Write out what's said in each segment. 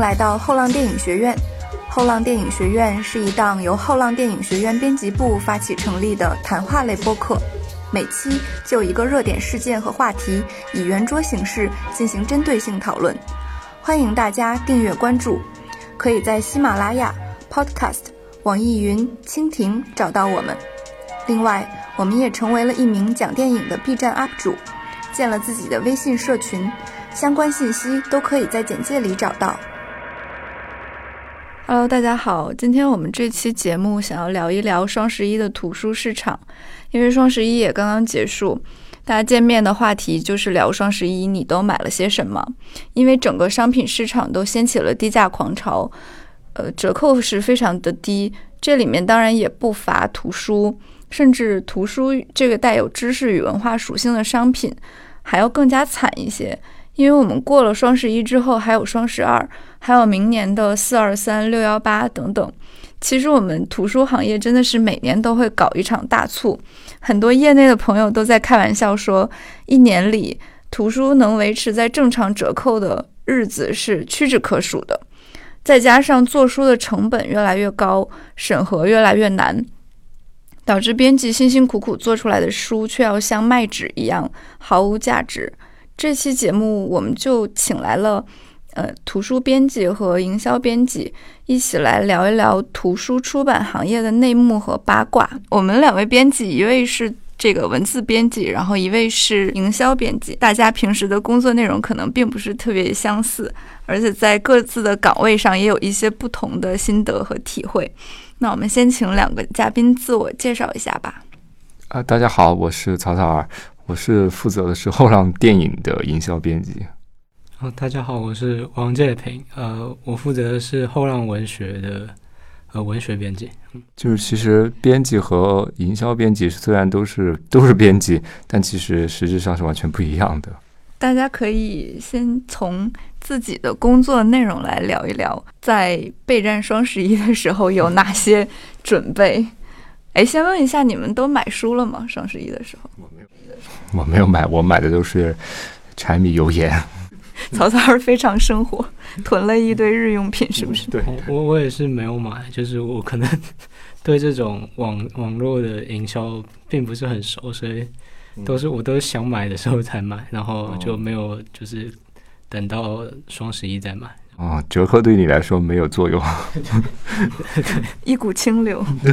来到后浪电影学院。后浪电影学院是一档由后浪电影学院编辑部发起成立的谈话类播客，每期就一个热点事件和话题，以圆桌形式进行针对性讨论。欢迎大家订阅关注，可以在喜马拉雅、Podcast、网易云、蜻蜓找到我们。另外，我们也成为了一名讲电影的 B 站 UP 主，建了自己的微信社群，相关信息都可以在简介里找到。Hello， 大家好，今天我们这期节目想要聊一聊双11的图书市场，因为双11也刚刚结束，大家见面的话题就是聊双11你都买了些什么，因为整个商品市场都掀起了低价狂潮，折扣是非常的低，这里面当然也不乏图书，甚至图书这个带有知识与文化属性的商品还要更加惨一些，因为我们过了双11之后还有双12，还有明年的423、618等等。其实我们图书行业真的是每年都会搞一场大促，很多业内的朋友都在开玩笑说，一年里图书能维持在正常折扣的日子是屈指可数的。再加上做书的成本越来越高，审核越来越难，导致编辑辛辛苦苦做出来的书却要像卖纸一样毫无价值。这期节目我们就请来了图书编辑和营销编辑，一起来聊一聊图书出版行业的内幕和八卦。我们两位编辑，一位是这个文字编辑，然后一位是营销编辑，大家平时的工作内容可能并不是特别相似，而且在各自的岗位上也有一些不同的心得和体会。那我们先请两个嘉宾自我介绍一下吧。 大家好，我是曹操儿，我是负责的是后浪电影的营销编辑。 大家好，我是王介平，我负责的是后浪文学的文学编辑。 就是其实编辑和营销编辑虽然都是编辑，但其实实质上是完全不一样的。 大家可以先从自己的工作内容来聊一聊，在备战双11的时候有哪些准备。先问一下，你们都买书了吗？双11的时候我没有买，我买的都是柴米油盐。 曹操是非常生活，囤了一堆日用品，是不是？ 对，我也是没有买，就是我可能对这种网络的营销并不是很熟，所以我都是想买的时候才买，然后就没有就是等到双11再买。 折扣对你来说没有作用。 一股清流。 对。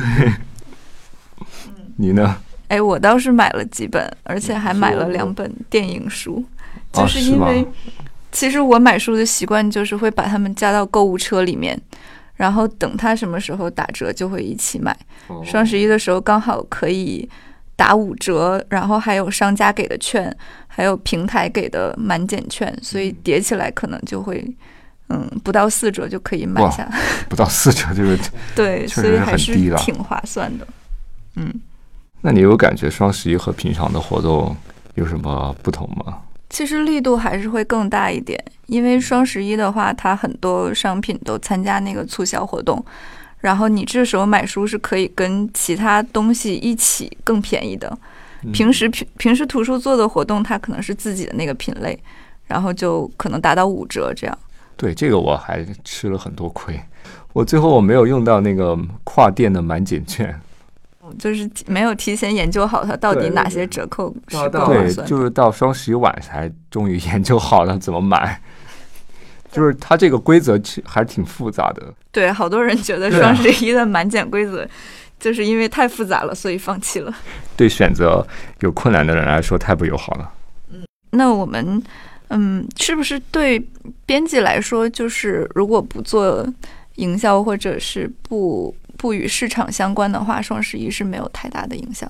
你呢？ 我倒是买了几本，而且还买了2本电影书，就是因为其实我买书的习惯就是会把它们加到购物车里面，然后等它什么时候打折就会一起买。双11的时候刚好可以打5折，然后还有商家给的券，还有平台给的满减券，所以叠起来可能就会不到4折就可以买下。 不到4折这个对，所以还是挺划算的。 那你有感觉双11和平常的活动有什么不同吗？ 其实力度还是会更大一点，因为双11的话，它很多商品都参加那个促销活动，然后你这时候买书是可以跟其他东西一起更便宜的。平时图书做的活动，它可能是自己的那个品类，然后就可能达到5折这样。 对，这个我还吃了很多亏，我最后我没有用到那个跨店的满减券。 就是没有提前研究好它到底哪些折扣是更划算的。 对，就是到双11晚才终于研究好了怎么买。就是它这个规则还挺复杂的。 对，好多人觉得双11的满减规则就是因为太复杂了，所以放弃了。 对选择有困难的人来说太不友好了。 那我们是不是对编辑来说，就是如果不做营销或者是不与市场相关的话，双11是没有太大的影响？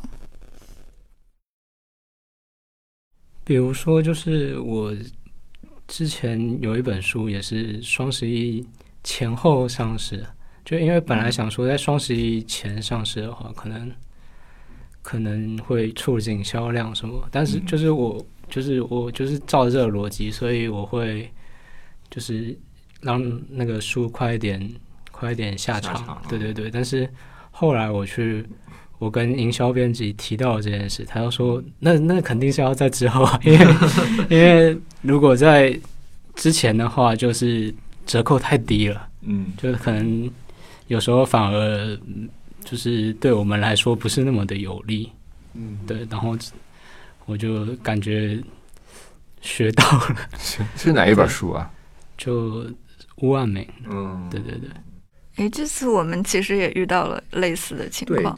比如说就是我之前有一本书也是双11前后上市，就因为本来想说在双11前上市的话可能会促进销量什么，但是就是我就是照着这个逻辑，所以我会就是让那个书快一点下场。对，但是后来我跟营销编辑提到这件事，他就说那肯定是要在之后，因为如果在之前的话，就是折扣太低了，就可能有时候反而就是对我们来说不是那么的有利，对，然后我就感觉学到了。 是哪一本书啊？ 就乌万美，对对对。 这次我们其实也遇到了类似的情况。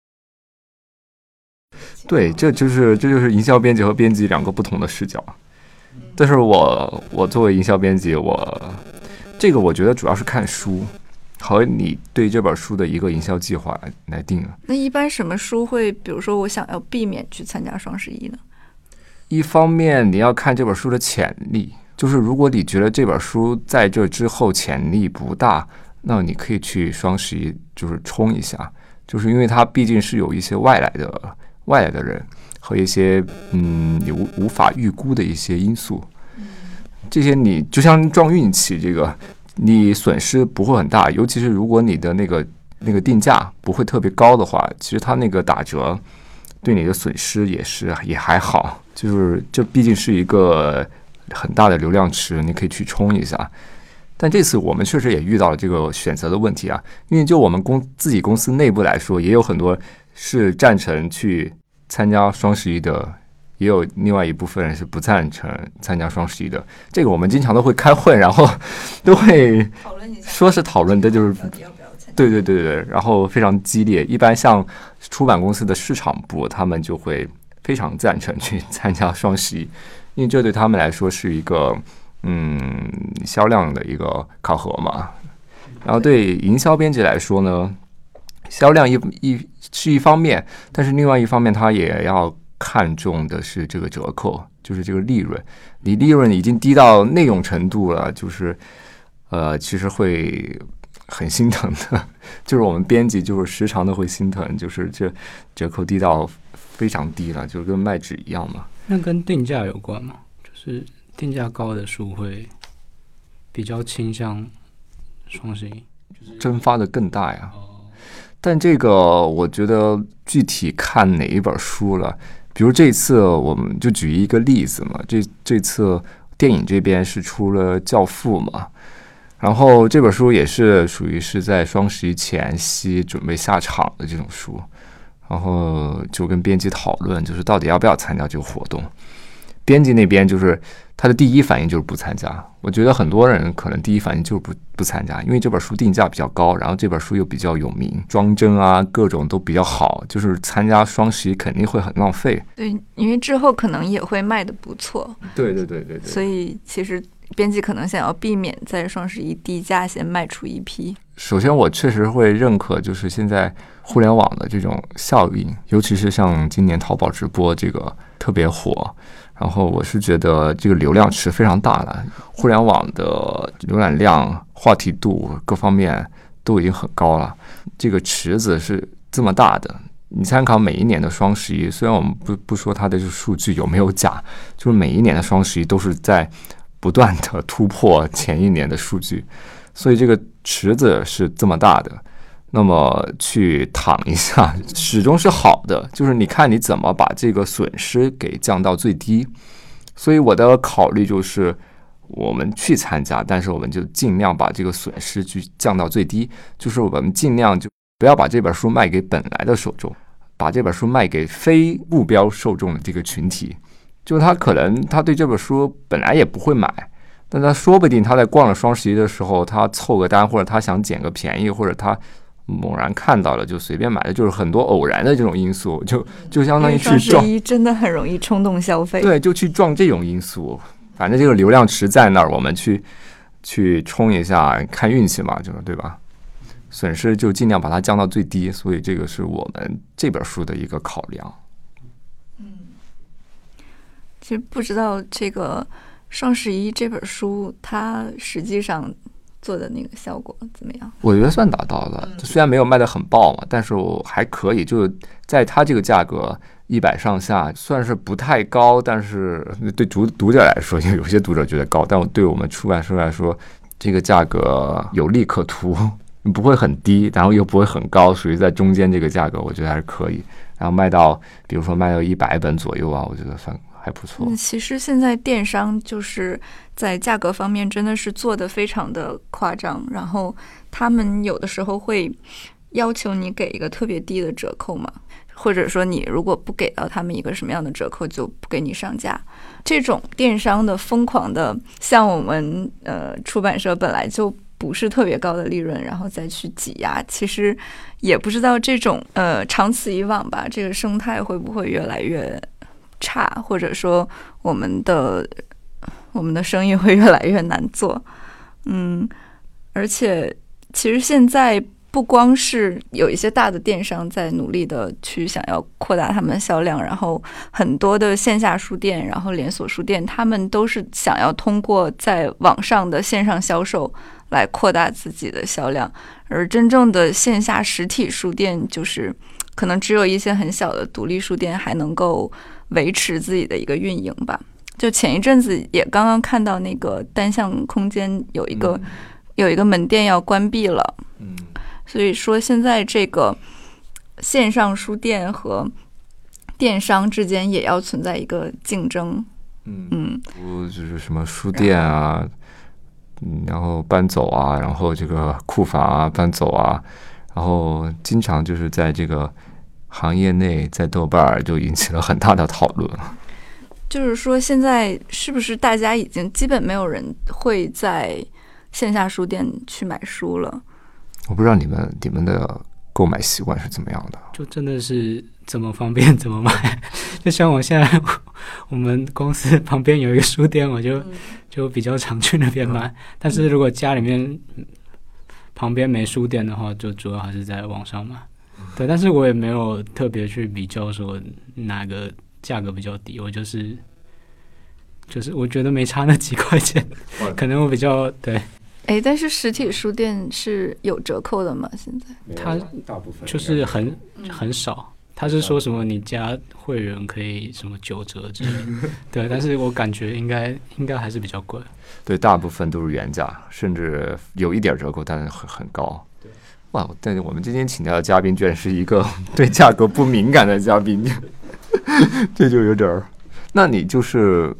对，这就是营销编辑和编辑两个不同的视角。但是我作为营销编辑，我觉得主要是看书和你对这本书的一个营销计划来定。 那一般什么书会，比如说我想要避免去参加双11呢？ 一方面你要看这本书的潜力，就是如果你觉得这本书在这之后潜力不大，那你可以去双11就是冲一下，就是因为它毕竟是有一些外来的人和一些你无法预估的一些因素，这些你就像撞运气，这个你损失不会很大，尤其是如果你的那个定价不会特别高的话，其实它那个打折对你的损失也还好，就是这毕竟是一个很大的流量池，你可以去冲一下。但这次我们确实也遇到了这个选择的问题啊，因为就我们自己公司内部来说，也有很多是赞成去参加双11的，也有另外一部分人是不赞成参加双11的。这个我们经常都会开会，然后都会说是讨论的，就是对，然后非常激烈。一般像出版公司的市场部，他们就会非常赞成去参加双11，因为这对他们来说是一个销量的一个考核嘛。然后对营销编辑来说呢，销量是一方面，但是另外一方面他也要看重的是这个折扣，就是这个利润。你利润已经低到那种程度了，就是其实会很心疼的，就是我们编辑就是时常都会心疼，就是这折扣低到非常低了，就跟卖纸一样嘛。 那跟定价有关吗？就是定价高的书会比较倾向双11， 蒸发的更大呀。但这个我觉得具体看哪一本书了，比如这次我们就举一个例子嘛，这次电影这边是出了《教父》嘛，然后这本书也是属于是在双11前夕准备下场的这种书，然后就跟编辑讨论，就是到底要不要参加这个活动。编辑那边就是他的第一反应就是不参加，我觉得很多人可能第一反应就是不参加，因为这本书定价比较高，然后这本书又比较有名，装帧啊各种都比较好，就是参加双11肯定会很浪费。 对，因为之后可能也会卖得不错。 对， 所以其实编辑可能想要避免在双11低价先卖出一批。 首先我确实会认可就是现在互联网的这种效应，尤其是像今年淘宝直播这个特别火，然后我是觉得这个流量池非常大了，互联网的浏览量、话题度各方面都已经很高了，这个池子是这么大的。你参考每一年的双11，虽然我们不说它的这个数据有没有假，就是每一年的双11都是在不断的突破前一年的数据，所以这个池子是这么大的。那么去躺一下始终是好的，就是你看你怎么把这个损失给降到最低。所以我的考虑就是我们去参加，但是我们就尽量把这个损失去降到最低，就是我们尽量就不要把这本书卖给本来的受众，把这本书卖给非目标受众的这个群体，就他可能他对这本书本来也不会买，但他说不定他在逛了双11的时候，他凑个单，或者他想捡个便宜，或者他猛然看到了就随便买的，就是很多偶然的这种因素，就相当于去撞。 双11真的很容易冲动消费。 对，就去撞这种因素。反正这个流量池在那儿，我们去冲一下，看运气嘛，就是对吧？损失就尽量把它降到最低，所以这个是我们这本书的一个考量。 其实不知道这个双11这本书，它实际上做的那个效果怎么样？我觉得算达到了，虽然没有卖得很爆嘛，但是我还可以，就是在它这个价格100上下，算是不太高，但是对读者来说，有些读者觉得高，但对我们出版社来说，这个价格有利可图，不会很低，然后又不会很高，属于在中间这个价格，我觉得还是可以。然后比如说卖到100本左右啊，我觉得还不错。 其实现在电商就是在价格方面真的是做得非常的夸张，然后他们有的时候会要求你给一个特别低的折扣嘛，或者说你如果不给到他们一个什么样的折扣就不给你上架。这种电商的疯狂的，像我们出版社本来就不是特别高的利润，然后再去挤压，其实也不知道这种长此以往吧，这个生态会不会越来越差，或者说我们的生意会越来越难做。而且其实现在不光是有一些大的电商在努力的去想要扩大他们的销量，然后很多的线下书店，然后连锁书店，他们都是想要通过在网上的线上销售来扩大自己的销量，而真正的线下实体书店就是可能只有一些很小的独立书店还能够维持自己的一个运营吧。就前一阵子也刚刚看到那个单向空间有一个门店要关闭了，所以说现在这个线上书店和电商之间也要存在一个竞争。 就是什么书店啊，然后搬走啊，然后这个库房啊搬走啊，然后经常就是在这个行业内，在豆瓣就引起了很大的讨论。 就是说现在是不是大家已经基本没有人会在线下书店去买书了？ 我不知道你们的购买习惯是怎么样的？ 就真的是怎么方便怎么买。就像我现在我们公司旁边有一个书店，我就比较常去那边买。但是如果家里面旁边没书店的话，就主要还是在网上买。对，但是我也没有特别去比较说哪个价格比较低，我就是我觉得没差那几块钱，可能我比较对。 但是实体书店是有折扣的吗？现在它就是很少，他是说什么你加会员可以什么9折之类的，对，但是我感觉应该还是比较贵。 对，大部分都是原价，甚至有一点折扣，但是很高。哇！但是我们今天请到的嘉宾居然是一个对价格不敏感的嘉宾，这就有点儿。那你就是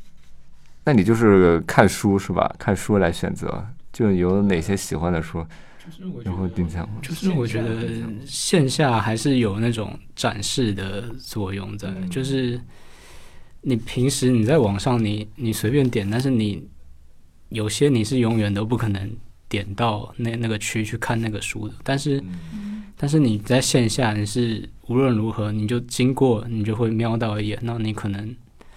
看书是吧？看书来选择，就有哪些喜欢的书？然后就是我觉得线下还是有那种展示的作用在，就是你平时你在网上你随便点，但是有些你是永远都不可能点到那个区去看那个书的，但是你在线下你是无论如何你就经过你就会瞄到一眼，那你可能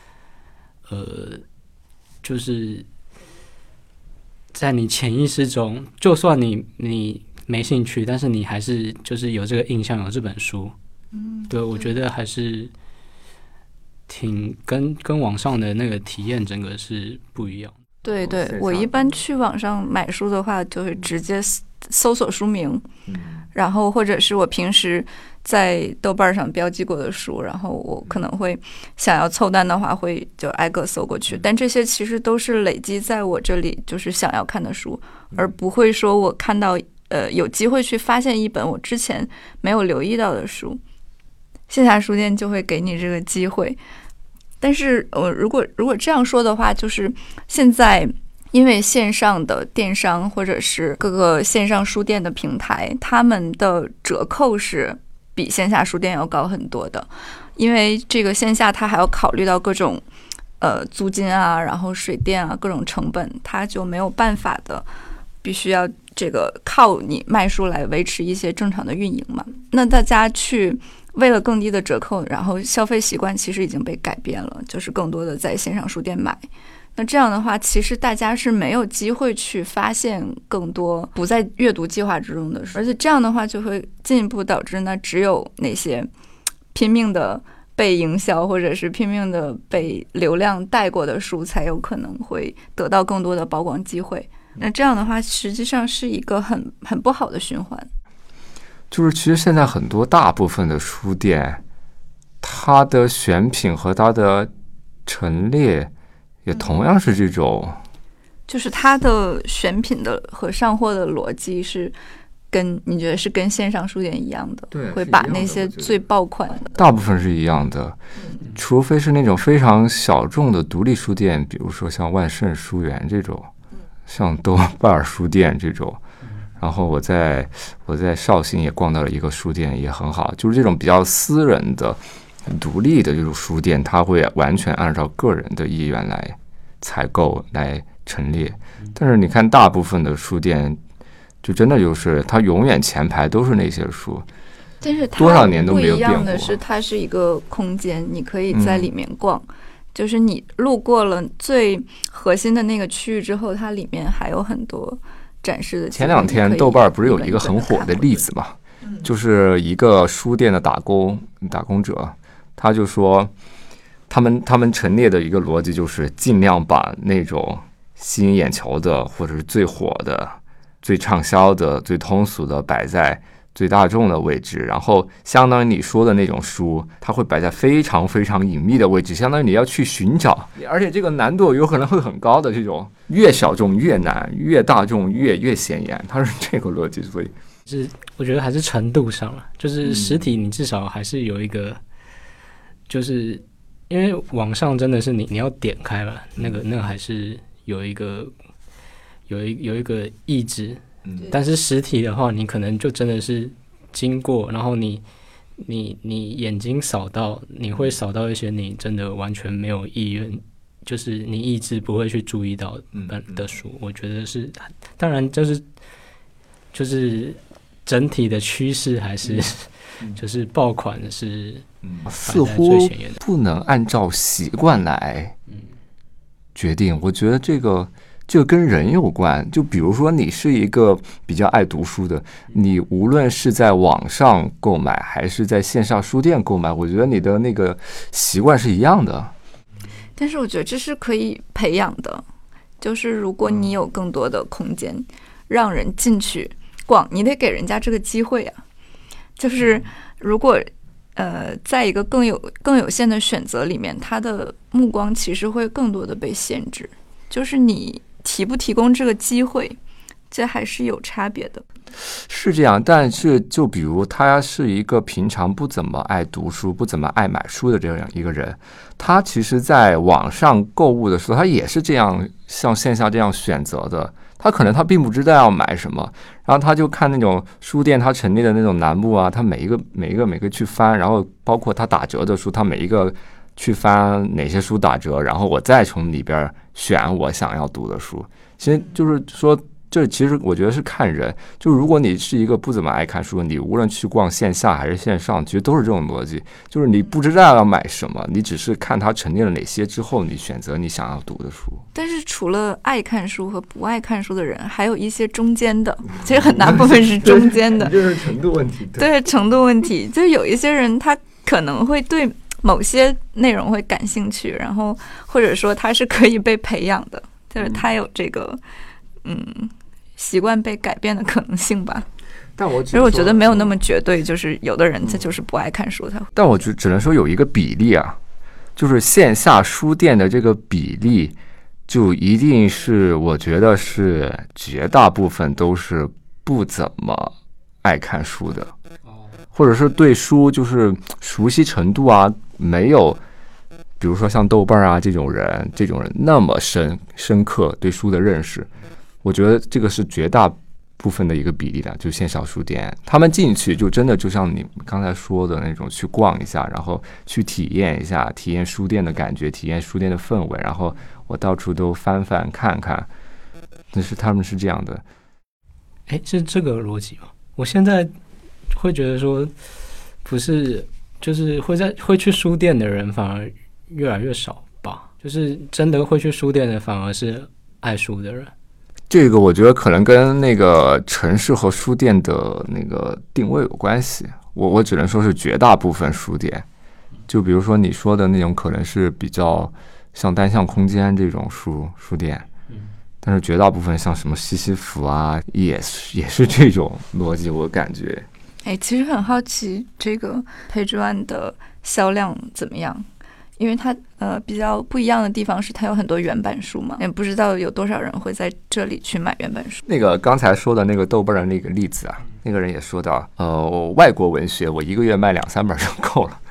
就是在你潜意识中，就算你没兴趣，但是你还是就是有这个印象，有这本书。对，我觉得还是挺跟网上的那个体验整个是不一样。 对，我一般去网上买书的话，就会直接搜索书名，然后或者是我平时在豆瓣上标记过的书，然后我可能会想要凑单的话，会就挨个搜过去。但这些其实都是累积在我这里就是想要看的书，而不会说我看到有机会去发现一本我之前没有留意到的书。线下书店就会给你这个机会。但是如果这样说的话，就是现在因为线上的电商或者是各个线上书店的平台，他们的折扣是比线下书店要高很多的，因为这个线下它还要考虑到各种租金啊，然后水电啊各种成本，它就没有办法的，必须要这个靠你卖书来维持一些正常的运营嘛。那大家去为了更低的折扣，然后消费习惯其实已经被改变了，就是更多的在线上书店买。那这样的话，其实大家是没有机会去发现更多不在阅读计划之中的书，而且这样的话就会进一步导致呢，只有那些拼命的被营销或者是拼命的被流量带过的书才有可能会得到更多的曝光机会。那这样的话实际上是一个很不好的循环。 就是其实现在很多大部分的书店，它的选品和它的陈列也同样是这种， 就是它的选品的和上货的逻辑是你觉得是跟线上书店一样的？ 对， 会把那些最爆款的， 大部分是一样的。 除非是那种非常小众的独立书店，比如说像万盛书园这种，像豆瓣儿书店这种。然后我在绍兴也逛到了一个书店，也很好，就是这种比较私人的、独立的这种书店，它会完全按照个人的意愿来采购、来陈列。但是你看，大部分的书店，就真的就是它永远前排都是那些书， 但是它多少年都没有变过。 不一样的是，它是一个空间，你可以在里面逛。就是你路过了最核心的那个区域之后，它里面还有很多展示的。 前2天豆瓣不是有一个很火的例子嘛？就是一个书店的打工者，他就说，他们陈列的一个逻辑就是尽量把那种吸引眼球的，或者是最火的、最畅销的、最通俗的摆在最大众的位置，然后相当于你说的那种书，它会摆在非常非常隐秘的位置，相当于你要去寻找，而且这个难度有可能会很高的，这种越小众越难，越大众越显眼，它是这个逻辑。所以是我觉得还是程度上了，就是实体你至少还是有一个，就是因为网上真的是你要点开了，那个还是有一个意志。但是实体的话，你可能就真的是经过，然后你眼睛扫到，你会扫到一些你真的完全没有意愿，就是你意志不会去注意到的书。我觉得是，当然就是整体的趋势还是就是爆款是似乎不能按照习惯来决定。我觉得这个跟人有关，就比如说你是一个比较爱读书的，你无论是在网上购买还是在线上书店购买，我觉得你的那个习惯是一样的。 但是我觉得这是可以培养的，就是如果你有更多的空间让人进去逛，你得给人家这个机会啊。就是如果在一个更有限的选择里面，他的目光其实会更多的被限制，就是你提不提供这个机会，这还是有差别的。 是这样，但是就比如他是一个平常不怎么爱读书、不怎么爱买书的这样一个人，他其实在网上购物的时候，他也是这样像线下这样选择的。他可能他并不知道要买什么，然后他就看那种书店他陈列的那种栏目啊，他每一个去翻，然后包括他打折的书，他每一个去翻哪些书打折，然后我再从里边选我想要读的书。其实就是说，这其实我觉得是看人，就如果你是一个不怎么爱看书，你无论去逛线下还是线上，其实都是这种逻辑，就是你不知道要买什么，你只是看它陈列了哪些之后，你选择你想要读的书。 但是除了爱看书和不爱看书的人，还有一些中间的，其实很大部分是中间的。 这是程度问题。 对，程度问题，就有一些人他可能会对某些内容会感兴趣，然后或者说他是可以被培养的，就是他有这个习惯被改变的可能性吧。 但我其实我觉得没有那么绝对，就是有的人他就是不爱看书， 但我只能说有一个比例啊，就是线下书店的这个比例，就一定是我觉得是绝大部分都是不怎么爱看书的，或者是对书就是熟悉程度啊没有，比如说像豆瓣啊这种人那么深刻对书的认识。我觉得这个是绝大部分的一个比例的，就线上书店，他们进去就真的就像你刚才说的那种，去逛一下，然后去体验一下，体验书店的感觉，体验书店的氛围，然后我到处都翻看看，但是他们是这样的。 是这个逻辑吗？我现在会觉得说，不是，就是会去书店的人反而越来越少吧，就是真的会去书店的反而是爱书的人。 这个我觉得可能跟那个城市和书店的那个定位有关系。我只能说是绝大部分书店，就比如说你说的那种可能是比较像单向空间这种书店，但是绝大部分像什么西西弗啊，也是这种逻辑，我感觉。 其实很好奇这个 Page One 的销量怎么样？因为它比较不一样的地方是它有很多原版书嘛，也不知道有多少人会在这里去买原版书。 那个刚才说的那个豆瓣的那个例子啊，那个人也说到，外国文学我一个月卖2-3本就够了，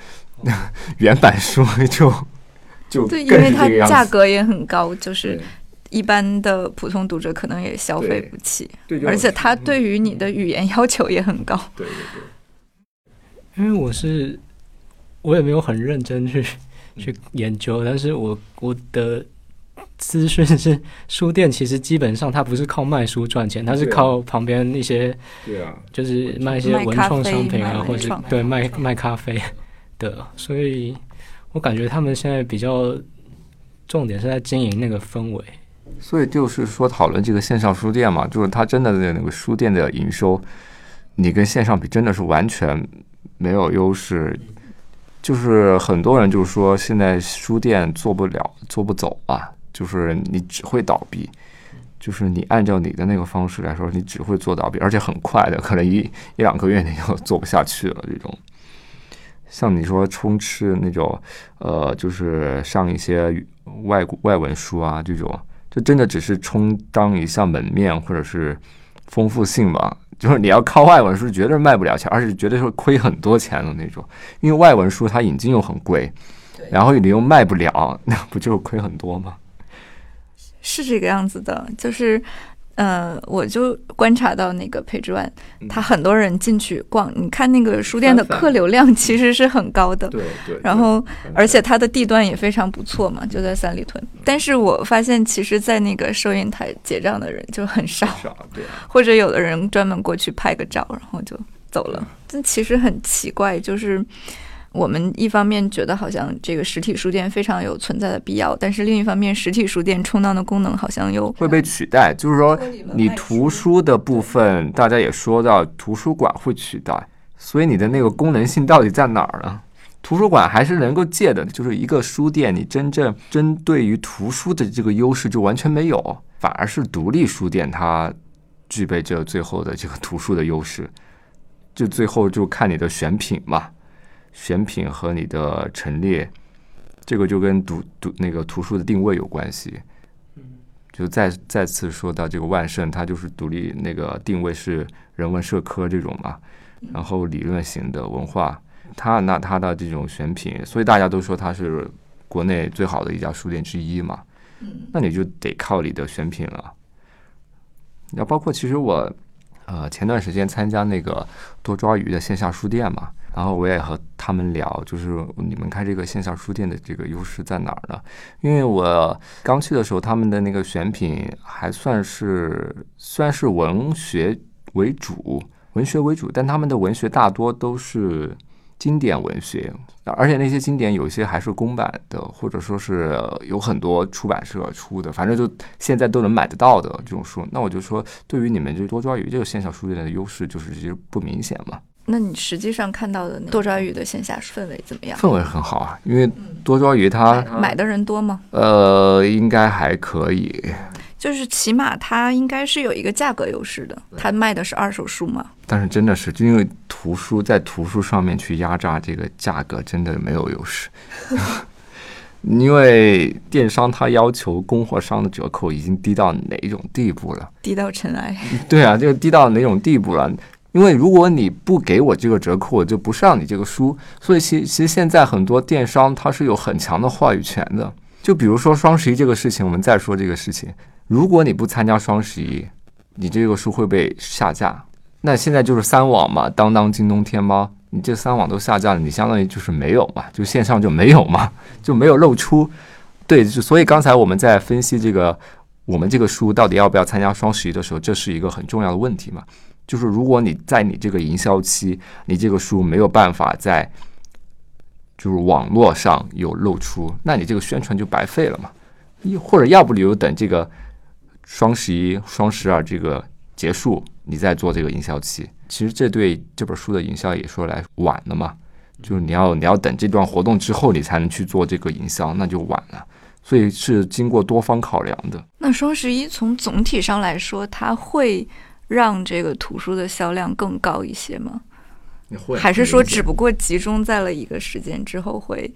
原版书就对，因更为它是这个样子价格也很高，就是对一般的普通读者可能也消费不起， 对而且它对于你的语言要求也很高。 对对对， 因为我也没有很认真去研究，但是我的资讯是书店其实基本上它不是靠卖书赚钱，它是靠旁边一些对啊， 就是卖一些文创商品啊，或者对卖咖啡的，所以我感觉他们现在比较重点是在经营那个氛围。 所以就是说讨论这个线上书店嘛，就是它真的那个书店的营收，你跟线上比真的是完全没有优势。就是很多人就是说现在书店做不走啊，就是你只会倒闭，就是你按照你的那个方式来说，你只会做倒闭，而且很快的，可能一两个月你就做不下去了。这种像你说充斥那种就是上一些外文书啊，这种就真的只是充当一下门面或者是丰富性吧。就是你要靠外文书绝对卖不了钱，而且绝对是亏很多钱的那种，因为外文书它引进又很贵，然后你又卖不了，那不就亏很多吗？ 是这个样子的，就是我就观察到那个PageOne，他很多人进去逛，你看那个书店的客流量其实是很高的， 对对。 然后而且它的地段也非常不错嘛，就在三里屯。但是我发现，其实，在那个收银台结账的人就很少， 对， 或者有的人专门过去拍个照，然后就走了。这其实很奇怪，就是我们一方面觉得好像这个实体书店非常有存在的必要，但是另一方面，实体书店充当的功能好像又会被取代。就是说，你图书的部分，大家也说到图书馆会取代，所以你的那个功能性到底在哪儿呢？图书馆还是能够借的，就是一个书店，你真正针对于图书的这个优势就完全没有，反而是独立书店它具备着最后的这个图书的优势，就最后就看你的选品嘛。选品和你的陈列，这个就跟那个图书的定位有关系。就再次说到这个万盛，它就是独立那个定位是人文社科这种嘛，然后理论型的文化，它的这种选品，所以大家都说它是国内最好的一家书店之一嘛。那你就得靠你的选品了。要包括其实我前段时间参加那个多抓鱼的线下书店嘛。然后我也和他们聊，就是你们开这个线下书店的这个优势在哪儿呢？因为我刚去的时候，他们的那个选品还虽然是文学为主，但他们的文学大多都是经典文学，而且那些经典有些还是公版的，或者说是有很多出版社出的，反正就现在都能买得到的这种书。那我就说，对于你们这多抓鱼这个线下书店的优势，就是其实不明显嘛。 那你实际上看到的多抓鱼的线下氛围怎么样？ 氛围很好啊，因为多抓鱼它买的人多吗？ 应该还可以， 就是起码它应该是有一个价格优势的，它卖的是二手书嘛。 但是真的是因为在图书上面去压榨这个价格，真的没有优势。因为电商它要求供货商的折扣已经低到哪种地步了？ 低到尘埃。 对啊，就低到哪种地步了？因为如果你不给我这个折扣，我就不上你这个书。所以其实现在很多电商它是有很强的话语权的。就比如说双十一这个事情，我们再说这个事情，如果你不参加双十一，你这个书会被下架。那现在就是三网嘛，当当、京东、天猫，你这三网都下架了，你相当于就是没有嘛，就线上就没有嘛，就没有露出。对，所以刚才我们在分析这个我们这个书到底要不要参加双十一的时候，这是一个很重要的问题嘛。就是如果你在你这个营销期，你这个书没有办法在就是网络上有露出，那你这个宣传就白费了嘛。或者要不你就等这个双十一、双十二这个结束，你再做这个营销期。其实这对这本书的营销也说来晚了嘛，就是你要等这段活动之后，你才能去做这个营销，那就晚了。所以是经过多方考量的。 那双十一从总体上来说，它会让这个图书的销量更高一些吗？还是说只不过集中在了一个时间之后会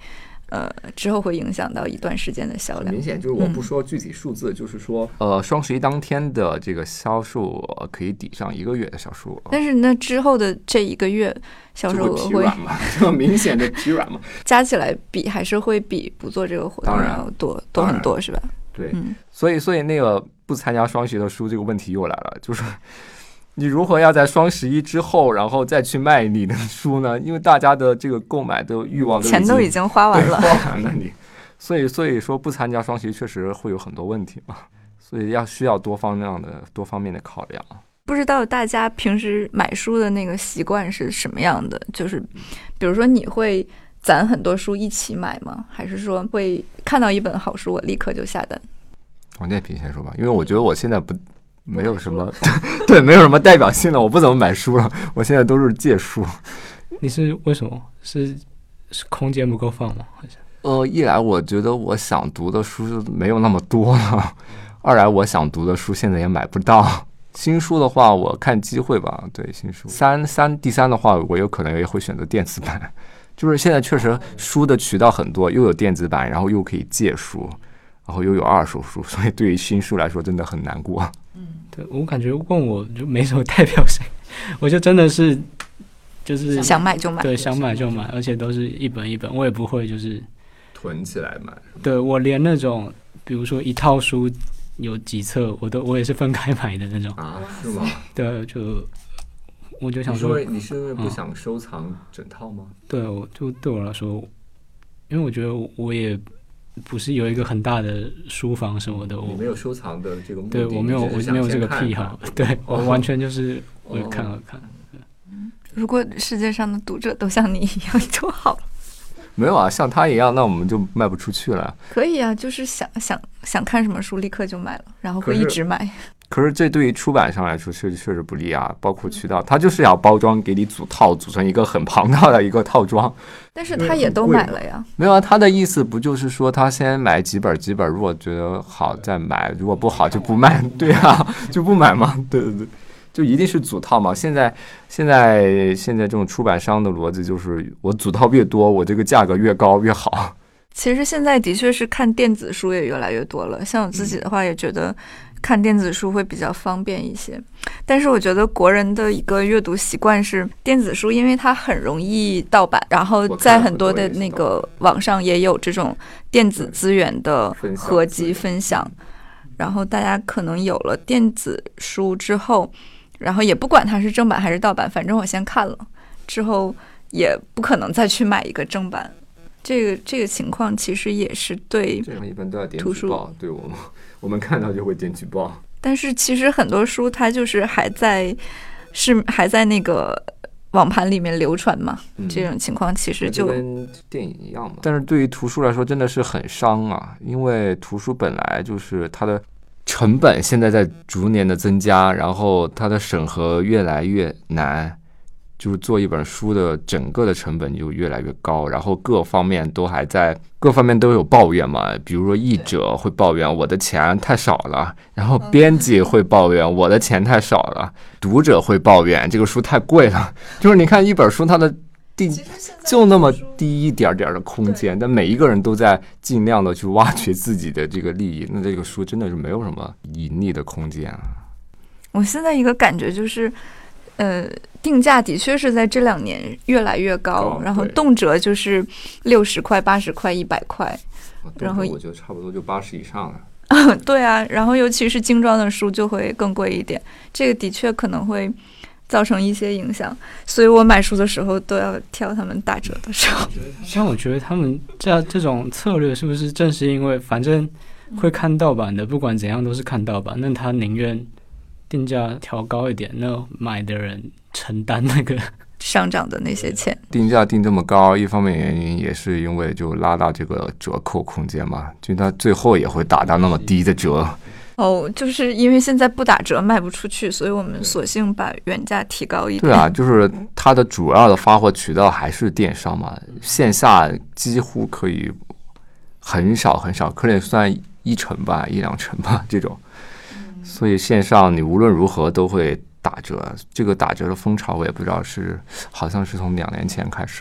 之后会影响到一段时间的销量。 明显就是我不说具体数字，就是说双十一当天的这个销售额可以抵上1个月的销售额。 但是那之后的这1个月销售额会就明显的疲软嘛， 加起来比还是会比不做这个活动要多很多，是吧？ 对，所以那个不参加双十一的书这个问题又来了，就是你如何要在双十一之后，然后再去卖你的书呢？因为大家的这个购买的欲望钱都已经花完了， 花完了你，所以说不参加双十一确实会有很多问题嘛，所以需要多方面的考量。 不知道大家平时买书的那个习惯是什么样的？就是比如说你会攒很多书一起买吗？还是说会看到一本好书我立刻就下单？ 王建平先说吧，因为我觉得我现在没有什么对，没有什么代表性了，我不怎么买书了，我现在都是借书。 你是为什么？是空间不够放吗？还是一来我觉得我想读的书没有那么多了，二来我想读的书现在也买不到。新书的话我看机会吧，对，新书第三的话我有可能也会选择电子版，就是现在确实书的渠道很多，又有电子版，然后又可以借书，然后又有二手书，所以对于新书来说真的很难过。 对，我感觉问我就没什么代表性，我就真的是就是想买就买， 对，想买就买，而且都是一本一本，我也不会就是囤起来买。 对，我连那种比如说一套书有几册，我也是分开买的那种啊？是吗？ 对，我就想说， 你是因为不想收藏整套吗？ 对，对我来说，因为我觉得我也不是有一个很大的书房什么的，我没有收藏的这个目的， 对，我没有这个癖好，对，我完全就是我看了看。 如果世界上的读者都像你一样就好了。 没有啊，像他一样，那我们就卖不出去了。 可以啊，就是想看什么书立刻就买了，然后会一直买。 可是这对于出版商来说确实不利啊，包括渠道，他就是要包装给你组成一个很庞大的一个套装。 但是他也都买了呀。 没有啊，他的意思不就是说他先买几本，如果觉得好再买，如果不好就不卖。对啊，就不买嘛。对，就一定是组套嘛。现在这种出版商的逻辑就是我组套越多，我这个价格越高越好。 其实现在的确是看电子书也越来越多了，像我自己的话也觉得看电子书会比较方便一些，但是我觉得国人的一个阅读习惯是电子书，因为它很容易盗版，然后在很多的那个网上也有这种电子资源的合集分享，然后大家可能有了电子书之后，然后也不管它是正版还是盗版，反正我先看了之后也不可能再去买一个正版。这个情况其实也是对这样一般都要点举报，对我们看到就会点举报。 但是其实很多书它就是还在那个网盘里面流传嘛，这种情况其实就跟电影一样嘛。但是对于图书来说真的是很伤啊，因为图书本来就是它的成本现在在逐年的增加，然后它的审核越来越难，就是做一本书的整个的成本就越来越高，然后各方面都有抱怨嘛，比如说译者会抱怨我的钱太少了，然后编辑会抱怨我的钱太少了，读者会抱怨这个书太贵了。就是你看一本书它的就那么低一点点的空间，但每一个人都在尽量的去挖掘自己的这个利益，那这个书真的是没有什么盈利的空间啊。 我现在一个感觉就是定价的确是在这2年越来越高，然后动辄就是60块、80块、100块，然后我觉得差不多就80以上了。 对啊，然后尤其是精装的书就会更贵一点，这个的确可能会造成一些影响，所以我买书的时候都要挑他们打折的时候。 像我觉得他们这种策略是不是正是因为反正会看盗版的，不管怎样都是看盗版，那他宁愿定价调高一点，那买的人承担那个上涨的那些钱。 定价定这么高，一方面原因也是因为就拉大这个折扣空间嘛，就它最后也会打到那么低的折。 就是因为现在不打折卖不出去，所以我们索性把原价提高一点。 对啊，就是它的主要的发货渠道还是电商嘛，线下几乎可以很少，可能算1成吧，1-2成吧这种。所以线上你无论如何都会打折，这个打折的风潮我也不知道好像是从2年前开始了。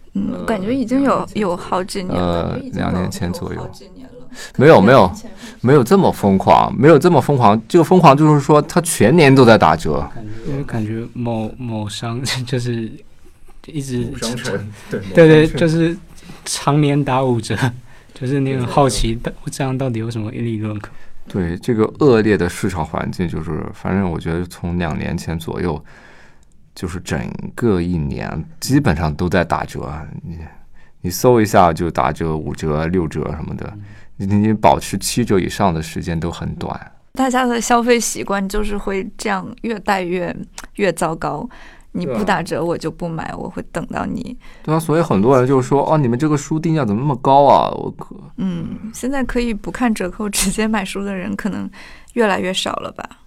感觉已经有好几年了 ，2年前左右。没有这么疯狂，没有这么疯狂。这个疯狂就是说，它全年都在打折。 因为感觉某商就是一直商城， 对，就是常年打5折，就是你很好奇，这样到底有什么利润可？ 对，这个恶劣的市场环境，就是反正我觉得从2年前左右，就是整个1年基本上都在打折。你搜一下就打折、5折、6折什么的，你保持7折以上的时间都很短。 大家的消费习惯就是会这样越带越糟糕。你不打折我就不买，我会等到你。 对啊，所以很多人就说你们这个书定价怎么那么高啊？ 现在可以不看折扣直接买书的人可能越来越少了吧。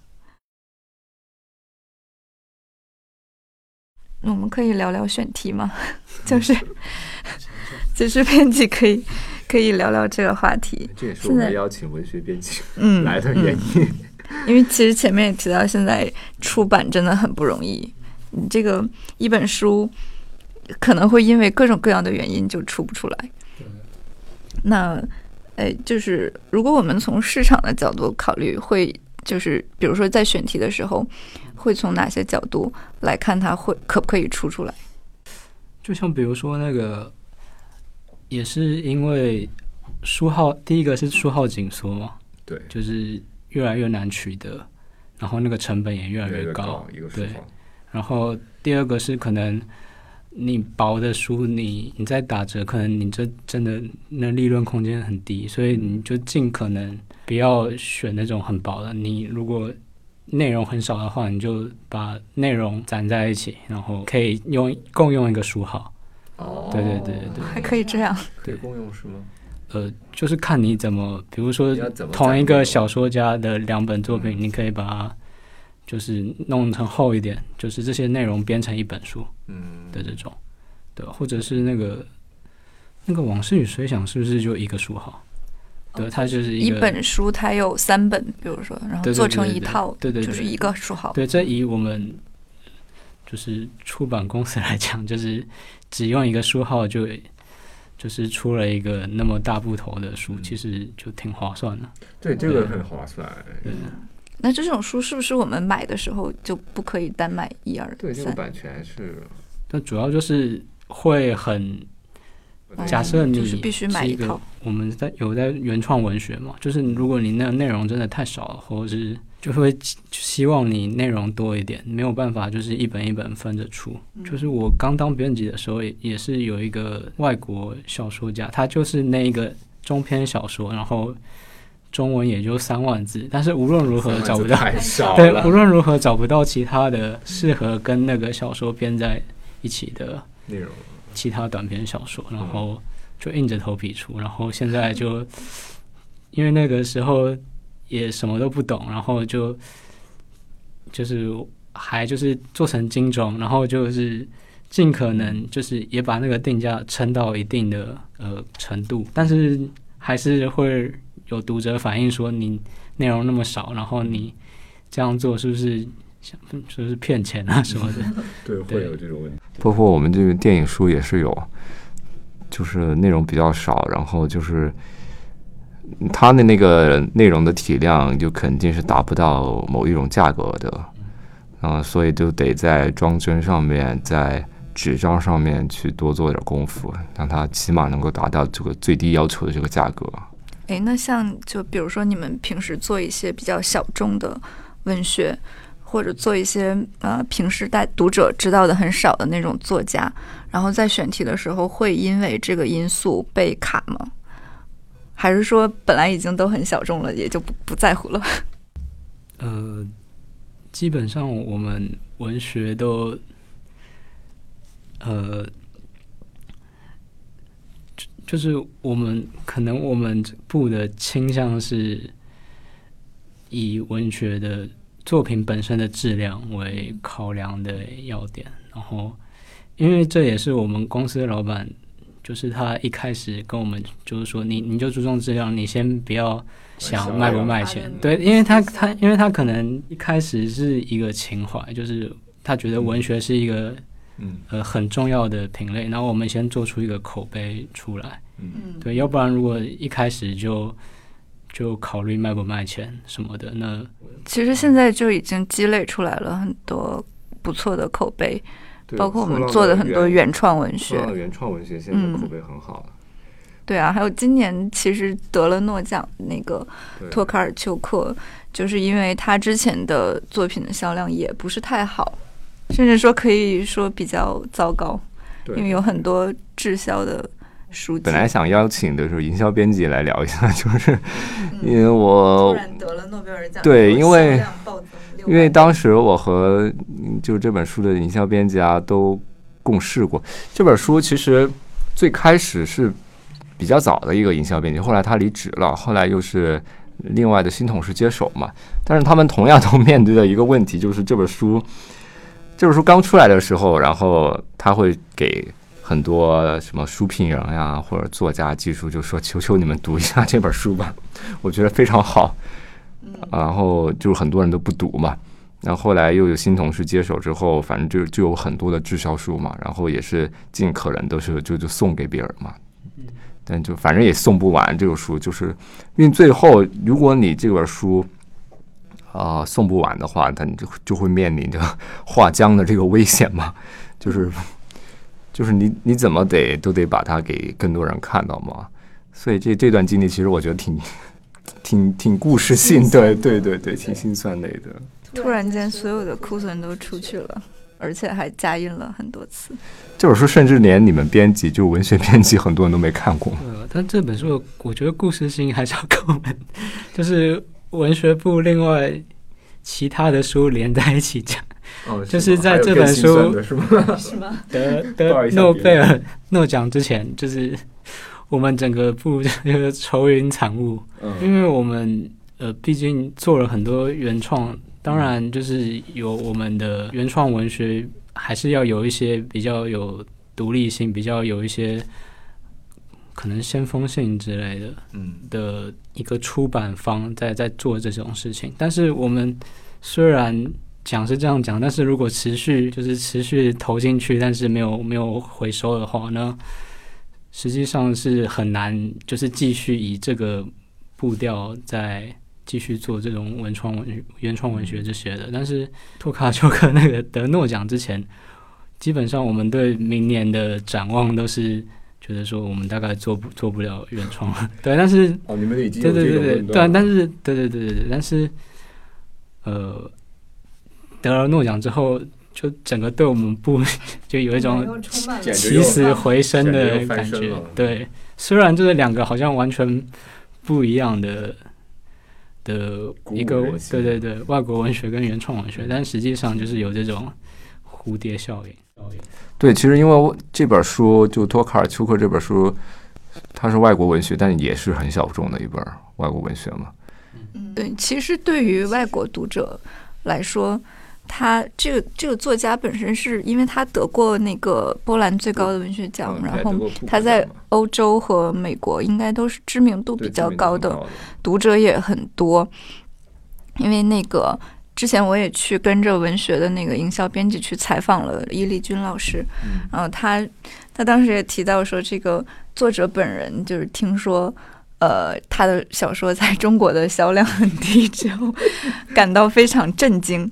我们可以聊聊选题吗？就是编辑可以聊聊这个话题。 这也是我们邀请文学编辑来的原因。 因为其实前面也提到，现在出版真的很不容易。你这个一本书可能会因为各种各样的原因就出不出来。那就是如果我们从市场的角度考虑，会就是比如说在选题的时候，会从哪些角度来看它可不可以出来？ 就像比如说那个，也是因为书号，第一个是书号紧缩嘛， 对， 就是越来越难取得，然后那个成本也越来越高，对。然后第二个是可能你薄的书你在打折，可能你这真的那利润空间很低，所以你就尽可能不要选那种很薄的。你如果内容很少的话，你就把内容攒在一起，然后可以共用一个书号。对， 还可以这样。 对，共用是吗？ 就是看你怎么，比如说同一个小说家的2本作品，你可以把它就是弄成厚一点，就是这些内容编成一本书的这种，对，或者是那个往事与随想是不是就一个书号？对，它就是一本书，它有3本，比如说，然后做成一套， 对， 就是一个书号。 对，这以我们就是出版公司来讲，就是只用一个书号就是出了一个那么大部头的书，其实就挺划算的。 对，这个很划算。 那这种书是不是我们买的时候就不可以单买1、2、3？ 对，这个版权是。 但主要就是会很。假设你就是必须买一套， 我们有在原创文学嘛，就是如果你那内容真的太少了，或者是就会希望你内容多一点，没有办法就是一本一本分着出。就是我刚当编辑的时候，也是有一个外国小说家，他就是那一个中篇小说，然后中文也就3万字，但是无论如何找不到，对，无论如何找不到其他的适合跟那个小说编在一起的内容。其他短篇小说，然后就硬着头皮出，然后现在就因为那个时候也什么都不懂，然后就是还就是做成精装，然后就是尽可能就是也把那个定价撑到一定的程度，但是还是会有读者反映说你内容那么少，然后你这样做是不是就是骗钱啊什么的？ 对，会有这种问题。包括我们这个电影书也是有，就是内容比较少，然后就是它的那个内容的体量就肯定是达不到某一种价格的，所以就得在装帧上面，在纸张上面去多做点功夫，让它起码能够达到这个最低要求的这个价格。 那像就比如说你们平时做一些比较小众的文学，或者做一些平时读者知道的很少的那种作家，然后在选题的时候会因为这个因素被卡吗？还是说本来已经都很小众了，也就不在乎了？ 基本上我们文学都就是我们部的倾向是以文学的作品本身的质量为考量的要点，然后因为这也是我们公司的老板，就是他一开始跟我们就是说你就注重质量，你先不要想卖不卖钱。对，因为他可能一开始是一个情怀，就是他觉得文学是一个很重要的品类，然后我们先做出一个口碑出来，对，要不然如果一开始就考虑卖不卖钱什么的，那其实现在就已经积累出来了很多不错的口碑，包括我们做的很多原创文学， 原创文学现在口碑很好了。 对啊，还有今年其实得了诺奖那个托卡尔丘克，就是因为他之前的作品的销量也不是太好，甚至说可以说比较糟糕，因为有很多滞销的书籍。 本来想邀请的是营销编辑来聊一下，就是因为我突然得了诺贝尔奖， 对，因为当时我和就这本书的营销编辑都共事过。这本书其实最开始是比较早的一个营销编辑，后来他离职了，后来又是另外的新同事接手嘛。但是他们同样都面对的一个问题，就是这本书刚出来的时候，然后他会给很多什么书评人呀或者作家技术，就说求求你们读一下这本书吧，我觉得非常好。然后就很多人都不读嘛。然后后来又有新同事接手之后，反正就有很多的滞销书嘛，然后也是尽可能都是就送给别人嘛。但就反正也送不完这个书，就是因为最后如果你这本书送不完的话，它就会面临着画浆的这个危险嘛，就是你怎么都得把它给更多人看到嘛。所以这段经历其实我觉得挺故事性，对，挺心酸类的。 突然间所有的库存都出去了，而且还加印了很多次。 这本书甚至连你们编辑，就文学编辑，很多人都没看过。 但这本书我觉得故事性还是要跟我们就是文学部另外其他的书连在一起讲。就是在这本书是吗？ 得诺贝尔诺奖之前，就是我们整个部就是愁云惨雾，因为我们毕竟做了很多原创，当然就是有我们的原创文学，还是要有一些比较有独立性，比较有一些可能先锋性之类的的一个出版方在做这种事情。但是我们虽然讲是这样讲，但是如果持续投进去，但是没有回收的话呢，实际上是很难就是继续以这个步调再继续做这种原创文学这些的。但是托卡丘克那个得诺奖之前，基本上我们对明年的展望都是觉得说我们大概做不了原创对，但是你们已经有这种论断了。 对，但是对，但是得了诺奖之后，就整个对我们部就有一种起死回生的感觉。对，虽然这两个好像完全不一样的一个，对，外国文学跟原创文学，但实际上就是有这种蝴蝶效应。 对，其实因为这本书就托卡尔丘克这本书，它是外国文学，但也是很小众的一本外国文学嘛。 对，其实对于外国读者来说，他这个作家本身是因为他得过那个波兰最高的文学奖，然后他在欧洲和美国应该都是知名度比较高的，读者也很多。因为那个之前我也去跟着文学的那个营销编辑去采访了伊丽君老师，然后他当时也提到说，这个作者本人就是听说他的小说在中国的销量很低之后感到非常震惊，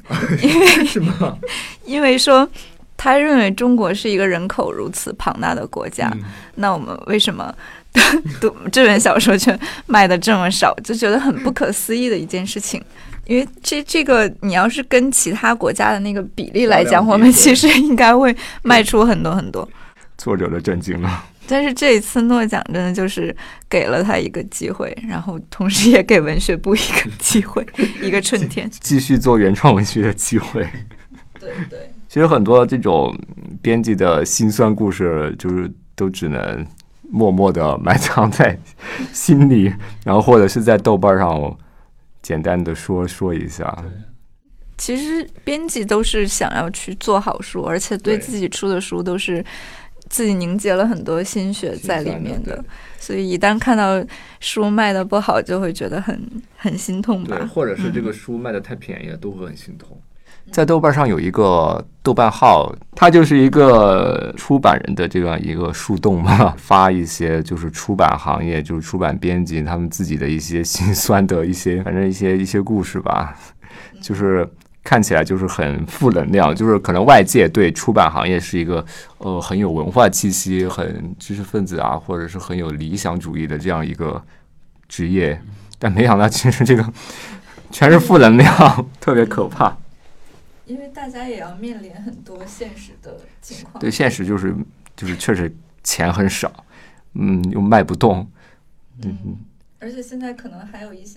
因为说他认为中国是一个人口如此庞大的国家，那我们为什么这本小说却卖的这么少，就觉得很不可思议的一件事情。因为这个你要是跟其他国家的那个比例来讲，我们其实应该会卖出很多很多。 作者的震惊了。 但是这一次诺奖真的就是给了他一个机会，然后同时也给文学部一个机会一个春天继续做原创文学的机会。 对， 其实很多这种编辑的辛酸故事就是都只能默默的埋藏在心里，然后或者是在豆瓣上简单的说一下。 其实编辑都是想要去做好书，而且对自己出的书都是自己凝结了很多心血在里面的，所以一旦看到书卖的不好，就会觉得很心痛吧。 对，或者是这个书卖的太便宜了，都会很心痛。 在豆瓣上有一个豆瓣号，它就是一个出版人的这样一个树洞嘛，发一些就是出版行业，就是出版编辑他们自己的一些心酸的一些，反正一些故事吧，就是看起来就是很负能量，就是可能外界对出版行业是一个很有文化气息、很知识分子啊，或者是很有理想主义的这样一个职业，但没想到其实这个全是负能量，特别可怕。 因为大家也要面临很多现实的情况。 对，现实就是确实钱很少，又卖不动， 而且现在可能还有一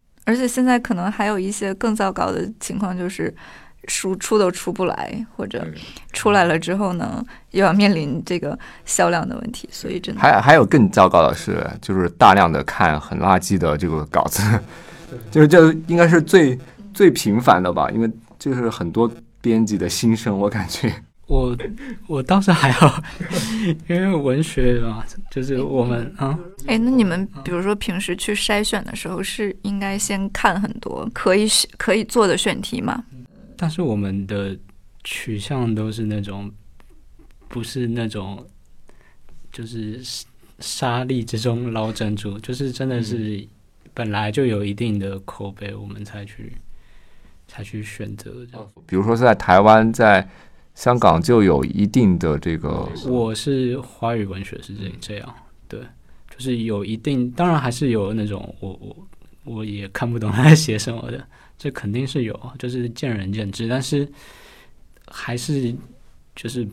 些更糟糕的情况，就是书出都出不来，或者出来了之后呢，又要面临这个销量的问题，所以真的还有更糟糕的是，就是大量的看很垃圾的这个稿子，就是这应该是最频繁的吧，因为就是很多编辑的心声，我感觉。 我倒是还好，因为文学嘛，就是我们那你们比如说平时去筛选的时候，是应该先看很多可以做的选题吗？ 但是我们的取向都是那种，不是那种，就是沙粒之中捞珍珠，就是真的是本来就有一定的口碑，我们才去选择这样。 比如说在台湾，在香港就有一定的这个。 我是华语文学是这样，对，就是有一定，当然还是有那种我也看不懂他在写什么的，这肯定是有，就是见仁见智，但是还是就是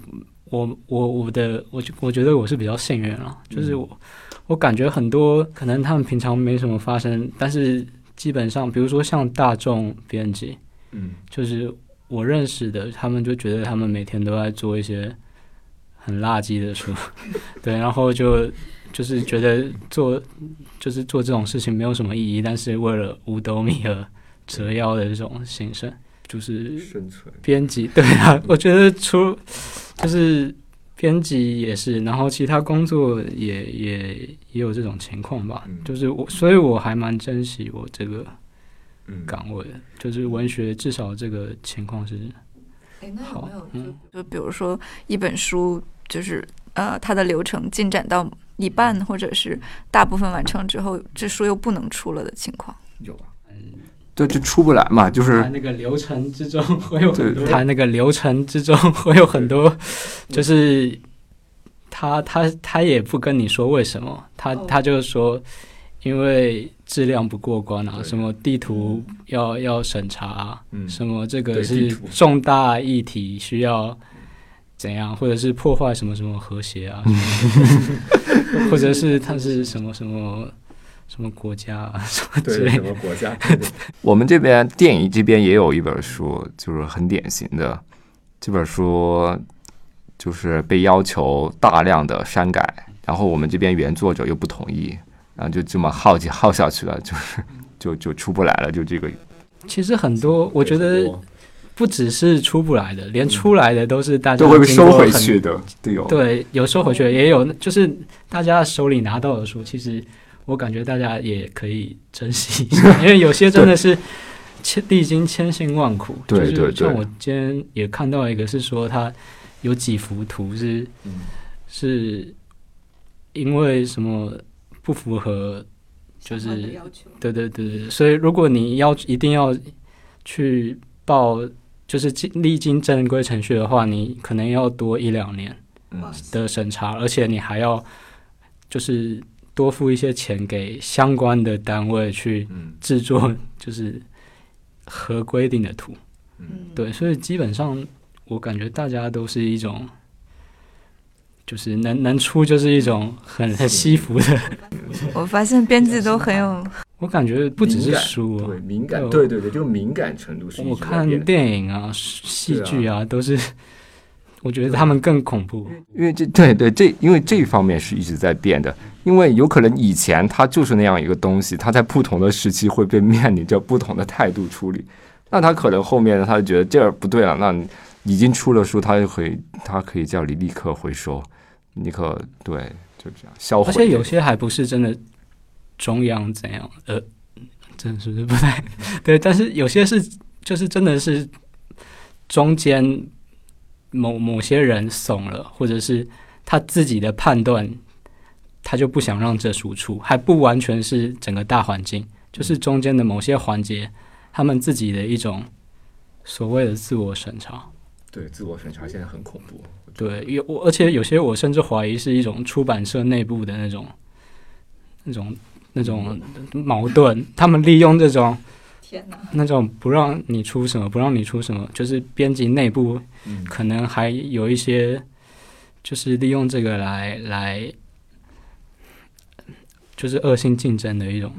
我觉得我是比较幸运了，就是我感觉很多可能他们平常没什么发生，但是基本上比如说像大众编辑，就是我认识的，他们就觉得他们每天都在做一些很垃圾的书，对，然后就是觉得做这种事情没有什么意义，但是为了五斗米而折腰的这种心声，就是编辑，对啊，我觉得就是编辑也是，然后其他工作也有这种情况吧，就是所以我还蛮珍惜我这个岗位的，就是文学至少这个情况是好。 那有没有就比如说一本书，就是它的流程进展到一半或者是大部分完成之后，这书又不能出了的情况？ 有啊，对，就出不来嘛，就是它那个流程之中会有很多，它那个流程之中会有很多，就是他也不跟你说为什么，他就说因为质量不过关啊，什么地图要审查啊，什么这个是重大议题需要怎样，或者是破坏什么什么和谐啊，或者是它是什么国家啊，什么之类的。 对，什么国家？我们这边电影这边也有一本书，就是很典型的，这本书就是被要求大量的删改，然后我们这边原作者又不同意，然后就这么耗下去了，就出不来了，就这个。 其实很多，我觉得不只是出不来的，连出来的都是大家都会被收回去的， 对，有收回去的，也有就是大家手里拿到的书，其实我感觉大家也可以珍惜一下，因为有些真的是历经千辛万苦。 对， 就是像我今天也看到一个是说他有几幅图是因为什么不符合，就是对，所以如果你一定要去报，就是历经正规程序的话，你可能要多1-2年的审查，而且你还要就是多付一些钱给相关的单位去制作，就是合规定的图。对，所以基本上我感觉大家都是一种，就是能出就是一种很惜福的。 我发现编辑都很有， 我感觉不只是书， 对，敏感，对，这个敏感程度是。 我看电影啊、戏剧啊，都是，我觉得他们更恐怖。 因为因为这方面是一直在变的，因为有可能以前它就是那样一个东西，它在不同的时期会被面临着不同的态度处理。那他可能后面他就觉得这儿不对了，那已经出了书，他可以叫你立刻回收，立刻对，就这样销毁。 而且有些还不是真的中央怎样，真的是不是不太对？但是有些是就是真的是中间某些人怂了，或者是他自己的判断，他就不想让这书出，还不完全是整个大环境，就是中间的某些环节，他们自己的一种所谓的自我审查。 对，自我审查现在很恐怖。 对，而且有些我甚至怀疑是一种出版社内部的那种矛盾，他们利用这种那种不让你出什么，就是编辑内部可能还有一些，就是利用这个来就是恶性竞争的一种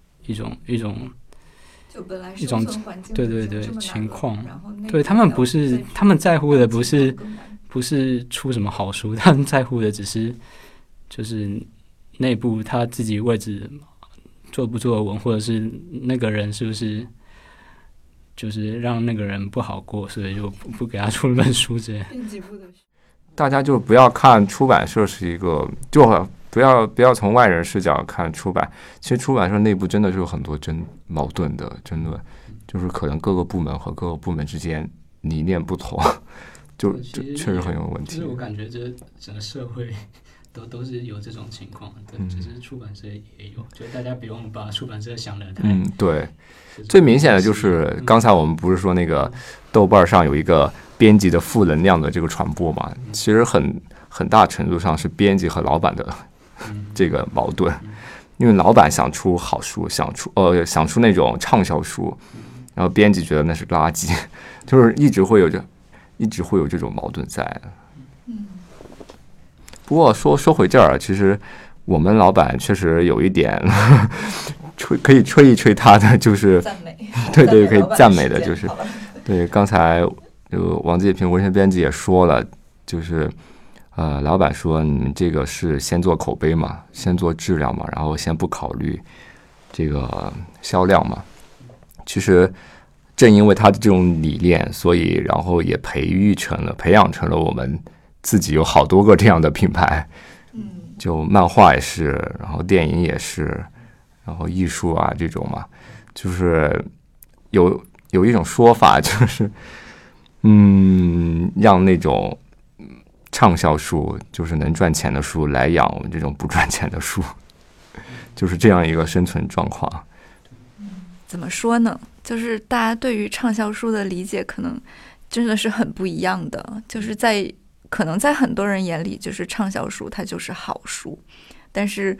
就本来生存环境对情况。对，他们不是，他们在乎的不是出什么好书，他们在乎的只是就是内部他自己位置做不做得稳，或者是那个人是不是就是让那个人不好过，所以就不给他出一本书之类。 大家就不要看出版社是一个，就不要从外人视角看出版。其实出版社内部真的是有很多矛盾的争论，就是可能各个部门和各个部门之间理念不同，就确实很有问题。 就是我感觉这整个社会都是有这种情况，对，只是出版社也有，就大家不用把出版社想得太对。最明显的就是刚才我们不是说那个豆瓣上有一个编辑的负能量的这个传播嘛，其实很大程度上是编辑和老板的这个矛盾，因为老板想出好书，想出那种畅销书，然后编辑觉得那是垃圾，就是一直会有这种矛盾在。不过说回这儿，其实我们老板确实有一点可以吹一吹他的，就是赞美， 对，可以赞美的，就是对。刚才王介平文学编辑也说了，就是老板说你们这个是先做口碑嘛，先做质量嘛，然后先不考虑这个销量嘛。其实正因为他的这种理念，所以然后也培养成了我们自己有好多个这样的品牌。就漫画也是，然后电影也是，然后艺术啊这种嘛，就是有一种说法，就是让那种畅销书，就是能赚钱的书来养我们这种不赚钱的书，就是这样一个生存状况。 怎么说呢？就是大家对于畅销书的理解可能真的是很不一样的，就是可能在很多人眼里，就是畅销书它就是好书，但是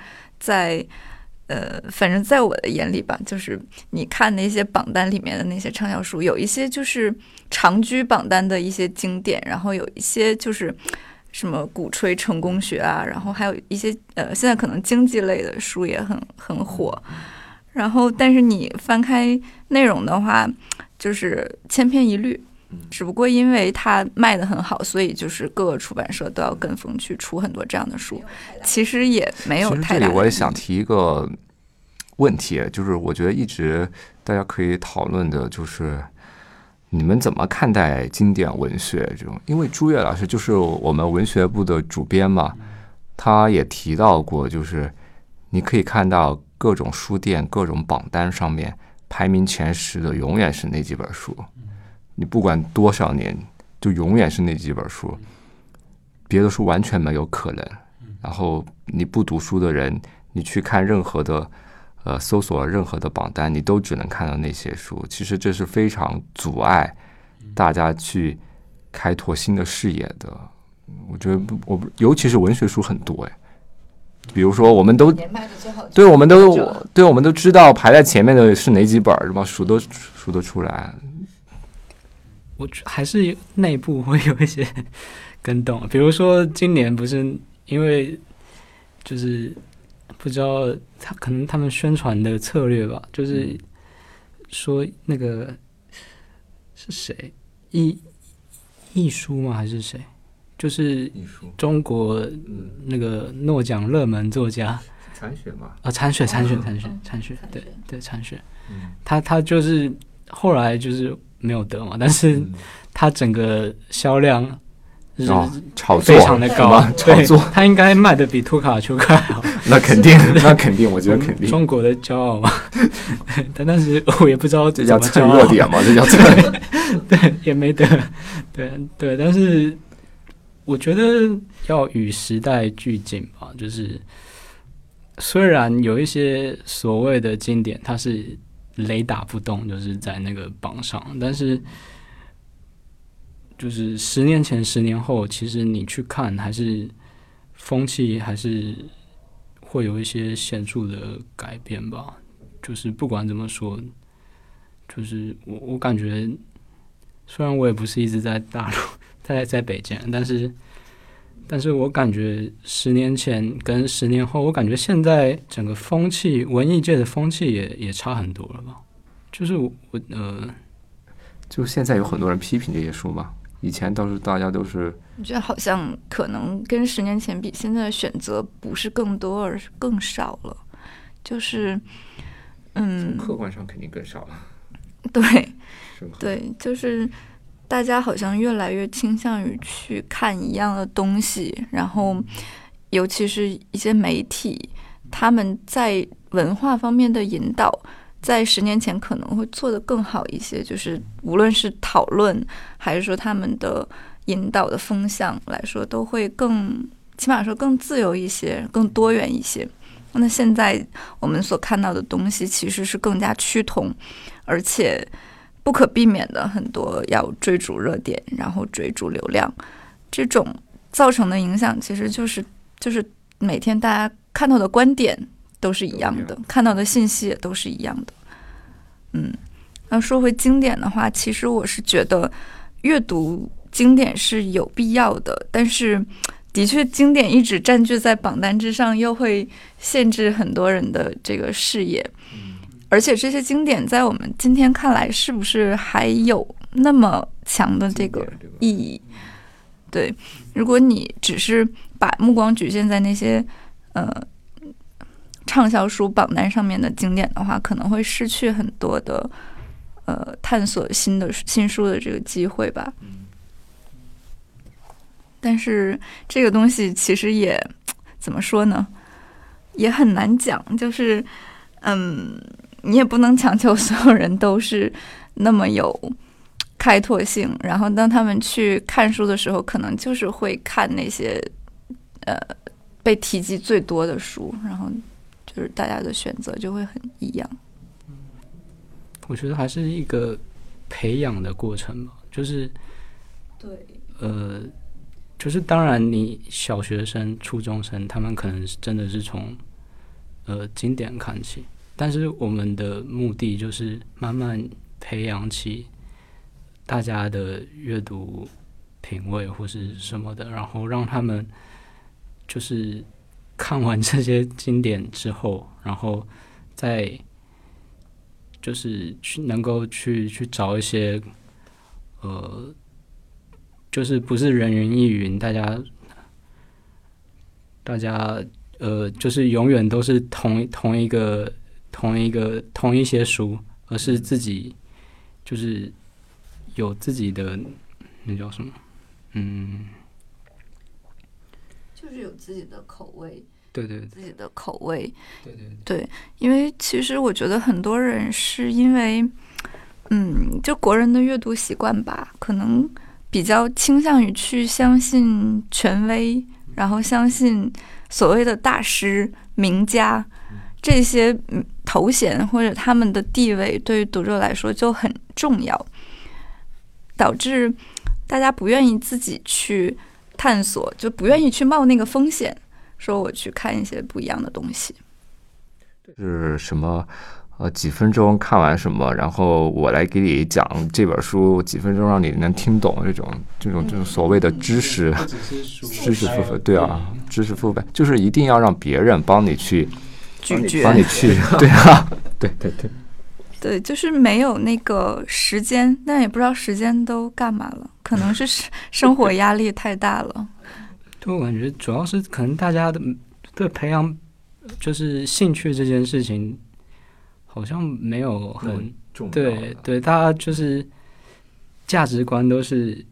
反正在我的眼里吧，就是你看那些榜单里面的那些畅销书，有一些就是长居榜单的一些经典，然后有一些就是什么鼓吹成功学啊，然后还有一些现在可能经济类的书也很火，然后但是你翻开内容的话，就是千篇一律。只不过因为它卖得很好，所以就是各个出版社都要跟风去出很多这样的书，其实也没有太大的。 这里我也想提一个问题，就是我觉得一直大家可以讨论的，就是你们怎么看待经典文学这种？因为朱越老师就是我们文学部的主编嘛，他也提到过，就是你可以看到各种书店、各种榜单上面排名前10的永远是那几本书。你不管多少年，就永远是那几本书，别的书完全没有可能。然后你不读书的人，你去看任何的搜索任何的榜单，你都只能看到那些书。其实这是非常阻碍大家去开拓新的视野的。我觉得尤其是文学书很多比如说我们都我们都知道排在前面的是哪几本，是吧？数得出来。 我还是内部会有一些跟动，比如说今年不是因为就是不知道可能他们宣传的策略吧，就是说那个是谁易书吗还是谁？就是中国那个诺奖热门作家残雪嘛？ 残雪，对残雪，他就是后来就是没有得嘛，但是他整个销量炒作非常的高， 炒作， 他应该卖的比图卡丘克还好。 那肯定，那肯定，我觉得肯定。 中国的骄傲嘛，但是我也不知道这叫蹭热点嘛，这叫蹭。 对，也没得，对，但是我觉得要与时代俱进吧，就是虽然有一些所谓的经典，它是雷打不动，就是在那个榜上，但是就是10年前、10年后，其实你去看，还是风气还是会有一些显著的改变吧。就是不管怎么说，就是我感觉，虽然我也不是一直在大陆，在北京，但是我感觉10年前跟10年后，我感觉现在整个风气，文艺界的风气也差很多了吧。就是就现在有很多人批评这些书嘛。以前倒是大家都是， 我觉得好像可能跟10年前比，现在的选择不是更多，而是更少了。就是从客观上肯定更少了。 对，就是大家好像越来越倾向于去看一样的东西，然后尤其是一些媒体，他们在文化方面的引导在10年前可能会做得更好一些，就是无论是讨论还是说他们的引导的风向来说，都会起码说更自由一些，更多元一些。那现在我们所看到的东西其实是更加趋同，而且不可避免的很多要追逐热点，然后追逐流量，这种造成的影响其实就是每天大家看到的观点都是一样的，看到的信息也都是一样的。那说回经典的话，其实我是觉得阅读经典是有必要的，但是的确经典一直占据在榜单之上，又会限制很多人的这个视野。而且这些经典在我们今天看来，是不是还有那么强的这个意义？对，如果你只是把目光局限在那些畅销书榜单上面的经典的话，可能会失去很多的探索新书的这个机会吧。但是这个东西其实也怎么说呢，也很难讲，就是你也不能强求所有人都是那么有开拓性，然后当他们去看书的时候，可能就是会看那些被提及最多的书，然后就是大家的选择就会很一样。 我觉得还是一个培养的过程吧，就是对， 就是当然你小学生、初中生，他们可能真的是从经典看起，但是我们的目的就是慢慢培养起大家的阅读品味或是什么的，然后让他们就是看完这些经典之后，然后再就是能够去找一些就是不是人云亦云，大家就是永远都是同一些书，而是自己就是有自己的那叫什么， 就是有自己的口味。 对， 自己的口味。 对， 因为其实我觉得很多人是因为就国人的阅读习惯吧，可能比较倾向于去相信权威，然后相信所谓的大师名家，这些头衔或者他们的地位对于读者来说就很重要，导致大家不愿意自己去探索，就不愿意去冒那个风险，说我去看一些不一样的东西。 是什么几分钟看完什么，然后我来给你讲这本书，几分钟让你能听懂这种所谓的知识付费，对啊，知识付费就是一定要让别人帮你去咀嚼， 帮你去，对啊，对， 就是没有那个时间，但也不知道时间都干嘛了，可能是生活压力太大了。 对，我感觉主要是可能大家的对培养就是兴趣这件事情好像没有很重要，对，大家就是价值观都是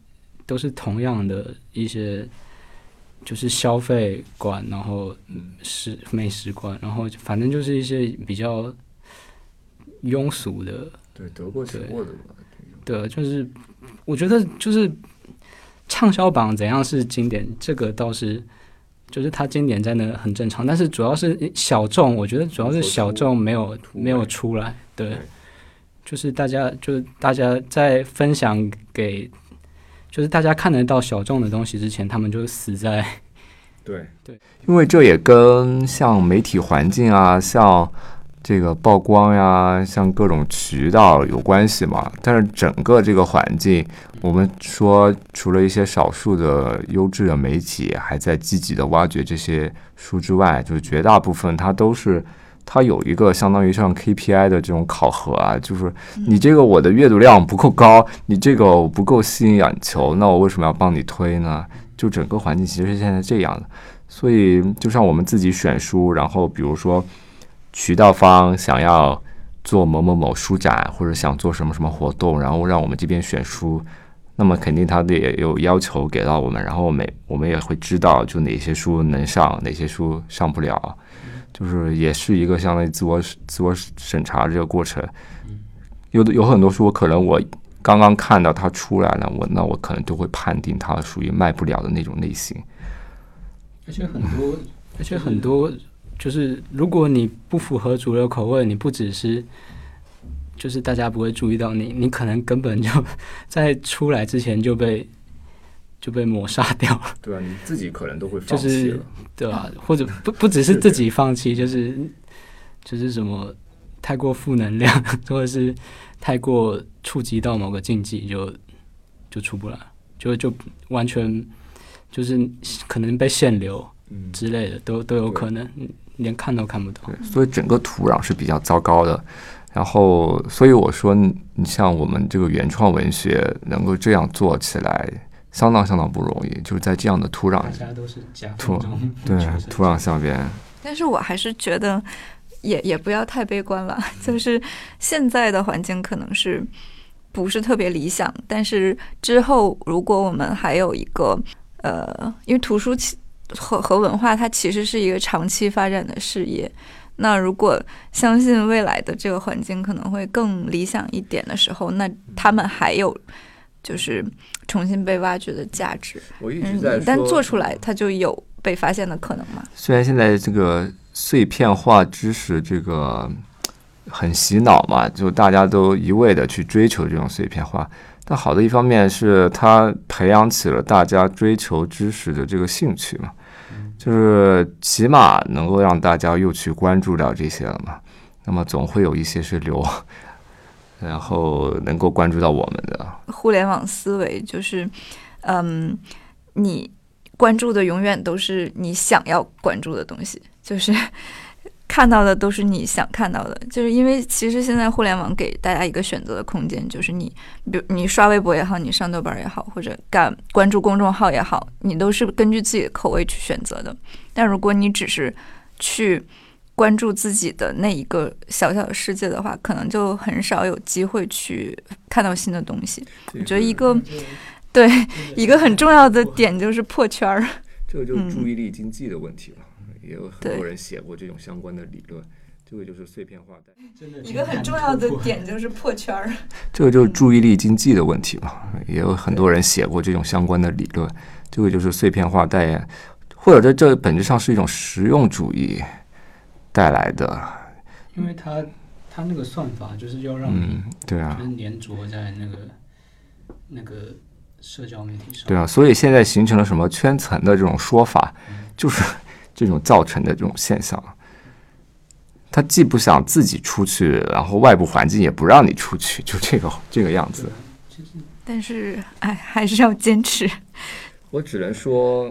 都是同样的一些，就是消费观，然后美食观，然后反正就是一些比较庸俗的， 对，得过且过的吧。 对，就是我觉得就是畅销榜怎样是经典，这个倒是就是它经典在那很正常，但是主要是小众，我觉得主要是小众没有出来，对，就是大家在分享给，就是大家看得到小众的东西之前，他们就死在对，因为这也跟像媒体环境啊，像这个曝光呀，像各种渠道有关系嘛。但是整个这个环境，我们说除了一些少数的优质的媒体还在积极的挖掘这些书之外，就是绝大部分它有一个相当于像 KPI 的这种考核啊，就是你这个我的阅读量不够高，你这个不够吸引眼球，那我为什么要帮你推呢？就整个环境其实是现在这样的。所以就像我们自己选书，然后比如说渠道方想要做某某某书展，或者想做什么什么活动，然后让我们这边选书，那么肯定他的也有要求给到我们，然后我们也会知道就哪些书能上，哪些书上不了，就是也是一个相当于自我审查这个过程。有很多书可能我刚刚看到它出来了，那我可能就会判定它属于卖不了的那种类型。 而且很多就是如果你不符合主流口味，你不只是就是大家不会注意到你，你可能根本就在出来之前就被抹杀掉了。 对啊，你自己可能都会放弃了， 就是对吧？或者不只是自己放弃，就是什么太过负能量，或者是太过触及到某个禁忌，就出不来，就完全就是可能被限流之类的，都有可能，连看都看不到。 对，所以整个土壤是比较糟糕的。然后，所以我说，你像我们这个原创文学能够这样做起来，相当不容易。就是在这样的土壤， 大家都是对土壤下边。 但是我还是觉得也不要太悲观了，就是现在的环境可能是不是特别理想，但是之后如果我们还有一个因为图书和文化它其实是一个长期发展的事业，那如果相信未来的这个环境可能会更理想一点的时候，那他们还有就是重新被挖掘的价值。 我一直在说， 但做出来它就有被发现的可能嘛。 虽然现在这个碎片化知识这个很洗脑嘛，就大家都一味的去追求这种碎片化，但好的一方面是它培养起了大家追求知识的这个兴趣嘛，就是起码能够让大家又去关注到这些了嘛，那么总会有一些是留，然后能够关注到我们的互联网思维，就是你关注的永远都是你想要关注的东西，就是看到的都是你想看到的，就是因为其实现在互联网给大家一个选择的空间，就是比如你刷微博也好，你上豆瓣也好，或者关注公众号也好，你都是根据自己的口味去选择的。但如果你只是去关注自己的那一个小小的世界的话，可能就很少有机会去看到新的东西。我觉得一个很重要的点就是破圈儿， 这个就是注意力经济的问题了。也有很多人写过这种相关的理论，这个就是碎片化的。 一个很重要的点就是破圈儿， 这个就是注意力经济的问题嘛。也有很多人写过这种相关的理论，这个就是碎片化带，或者这本质上是一种实用主义带来的。 因为它那个算法就是要让你对啊， 就是粘着在那个社交媒体上。 对啊，所以现在形成了什么圈层的这种说法，就是这种造成的这种现象。他既不想自己出去，然后外部环境也不让你出去，就这个样子。 但是还是要坚持。 我只能说，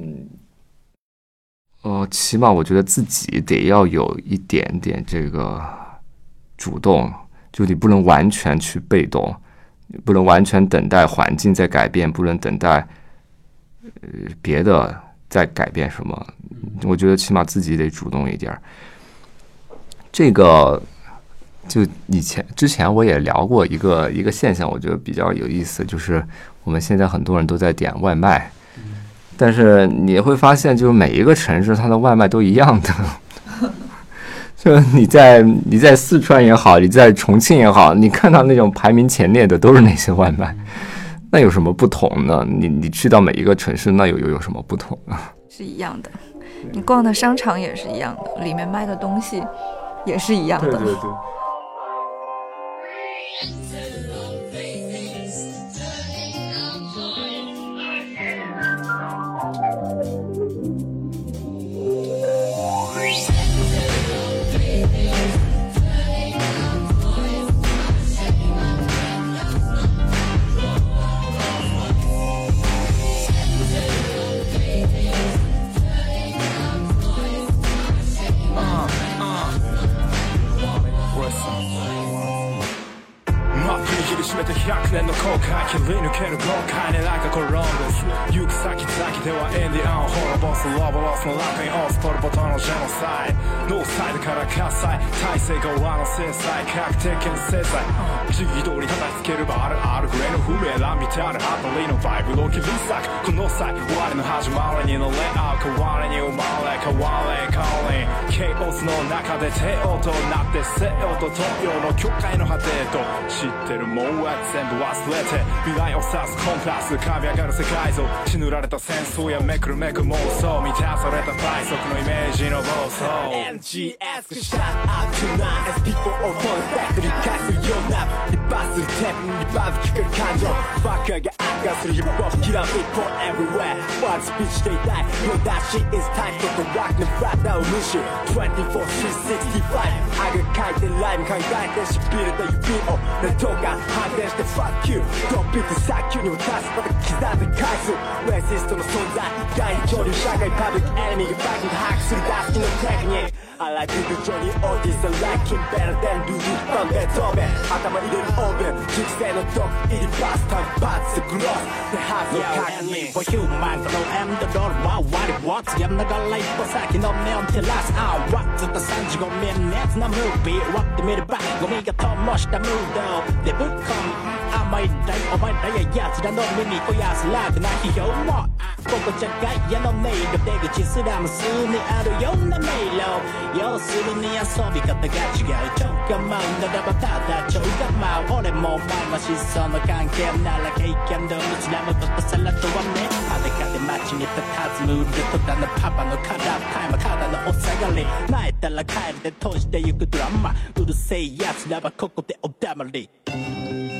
起码我觉得自己得要有一点点这个主动，就你不能完全去被动，你不能完全等待环境在改变，不能等待别的在改变什么。我觉得起码自己得主动一点。这个就之前我也聊过一个现象，我觉得比较有意思，就是我们现在很多人都在点外卖，但是你会发现，就是每一个城市它的外卖都一样的。就你在四川也好，你在重庆也好，你看到那种排名前列的都是那些外卖，那有什么不同呢？你去到每一个城市，那有什么不同呢？ 是一样的，你逛的商场也是一样的，里面卖的东西也是一样的。 对对对。 100年の後悔切り抜ける豪快にlike a Columbus 行く先々ではインディアンを滅ぼすロボロスのラックインオフポルポトのジェノサイドノーサイドから喝采体制側の制裁科学的に制裁時期通り叩きつけるバルあるグレーの不明乱ビタルハットリーのバイブロキリサクこの際終わりの始まりにのレイアウト代わりに生まれ変われカーリンケイオスの中で帝王となって西洋と東洋の境界の果てと知ってるもんは全部忘れて未来を指すコンパス浮かび上がる世界像血塗られた戦争やめくるめく妄想満たされた倍速のイメージの暴走 NGS が Shut up tonight as people all fall back 理解するようなリバーステップにリバーブ聞く感情バカが悪化するヒップホップキラービット everywhere ワードスピーチしていたい Yo that shit is tight とかワークのフラッターを無視 24-365 あが書いてライブ考えてしびれた指を何とか反転して Fuck you ドンピック早急に渡すまた刻んで返すレーシストの存在大上流社会パブリックエネミーがバックに把握するダスキのテクニックI like to do Johnny Otis I like him better than do you from Beethoven 頭入れるオーブン熟成の毒入りバス単発グロスでハーフの確認 For human この M とドルは What it wants やんながら一歩先の目を照らす I want ずっと35ミリ熱なムービー終わってみればゴミが灯したムードでぶっ込む甘い大お前らや奴らの耳肥やす楽な批評もここじゃガイアの音色出口すら無数にあるような迷路要するに遊び方が違う超我慢ならばただ超我慢俺もお前もしその関係なら経験の道らもことさらとはね裸で街に佇むルトだのパパのカラータイムただのお下がり泣いたら帰るで閉じてゆくドラマうるせえ奴らはここでお黙り